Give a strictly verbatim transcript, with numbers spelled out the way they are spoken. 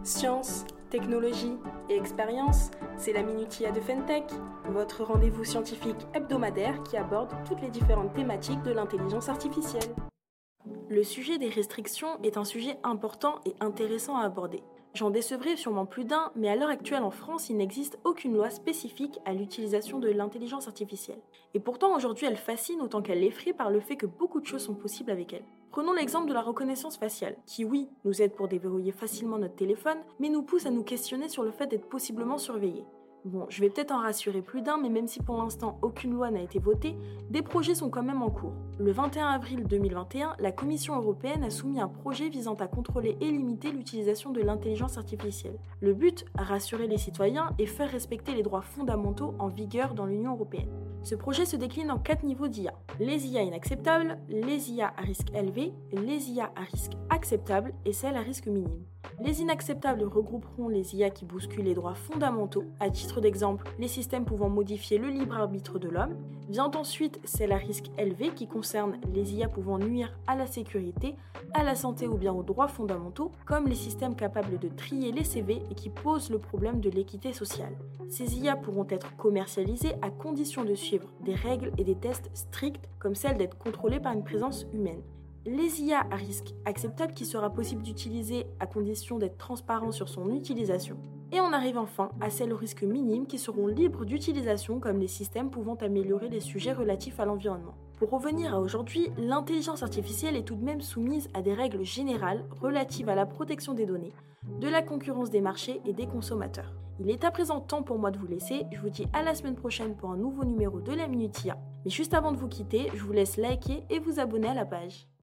Science, technologie et expérience, c'est la Minute I A de Fentech, votre rendez-vous scientifique hebdomadaire qui aborde toutes les différentes thématiques de l'intelligence artificielle. Le sujet des restrictions est un sujet important et intéressant à aborder. J'en décevrai sûrement plus d'un, mais à l'heure actuelle en France, il n'existe aucune loi spécifique à l'utilisation de l'intelligence artificielle. Et pourtant, aujourd'hui, elle fascine autant qu'elle l'effraie par le fait que beaucoup de choses sont possibles avec elle. Prenons l'exemple de la reconnaissance faciale, qui oui, nous aide pour déverrouiller facilement notre téléphone, mais nous pousse à nous questionner sur le fait d'être possiblement surveillés. Bon, je vais peut-être en rassurer plus d'un, mais même si pour l'instant aucune loi n'a été votée, des projets sont quand même en cours. Le vingt et un avril deux mille vingt et un, la Commission européenne a soumis un projet visant à contrôler et limiter l'utilisation de l'intelligence artificielle. Le but, rassurer les citoyens et faire respecter les droits fondamentaux en vigueur dans l'Union européenne. Ce projet se décline en quatre niveaux d'I A. Les I A inacceptables, les I A à risque élevé, les I A à risque acceptable et celles à risque minime. Les inacceptables regrouperont les I A qui bousculent les droits fondamentaux, à titre d'exemple, les systèmes pouvant modifier le libre arbitre de l'homme. Vient ensuite celles à risque élevé qui concernent les I A pouvant nuire à la sécurité, à la santé ou bien aux droits fondamentaux, comme les systèmes capables de trier les C V et qui posent le problème de l'équité sociale. Ces I A pourront être commercialisées à condition de suivre des règles et des tests stricts, comme celle d'être contrôlées par une présence humaine. Les I A à risque acceptable qui sera possible d'utiliser à condition d'être transparent sur son utilisation. Et on arrive enfin à celles au risque minime qui seront libres d'utilisation comme les systèmes pouvant améliorer les sujets relatifs à l'environnement. Pour revenir à aujourd'hui, l'intelligence artificielle est tout de même soumise à des règles générales relatives à la protection des données, de la concurrence des marchés et des consommateurs. Il est à présent temps pour moi de vous laisser, je vous dis à la semaine prochaine pour un nouveau numéro de la Minute I A. Mais juste avant de vous quitter, je vous laisse liker et vous abonner à la page.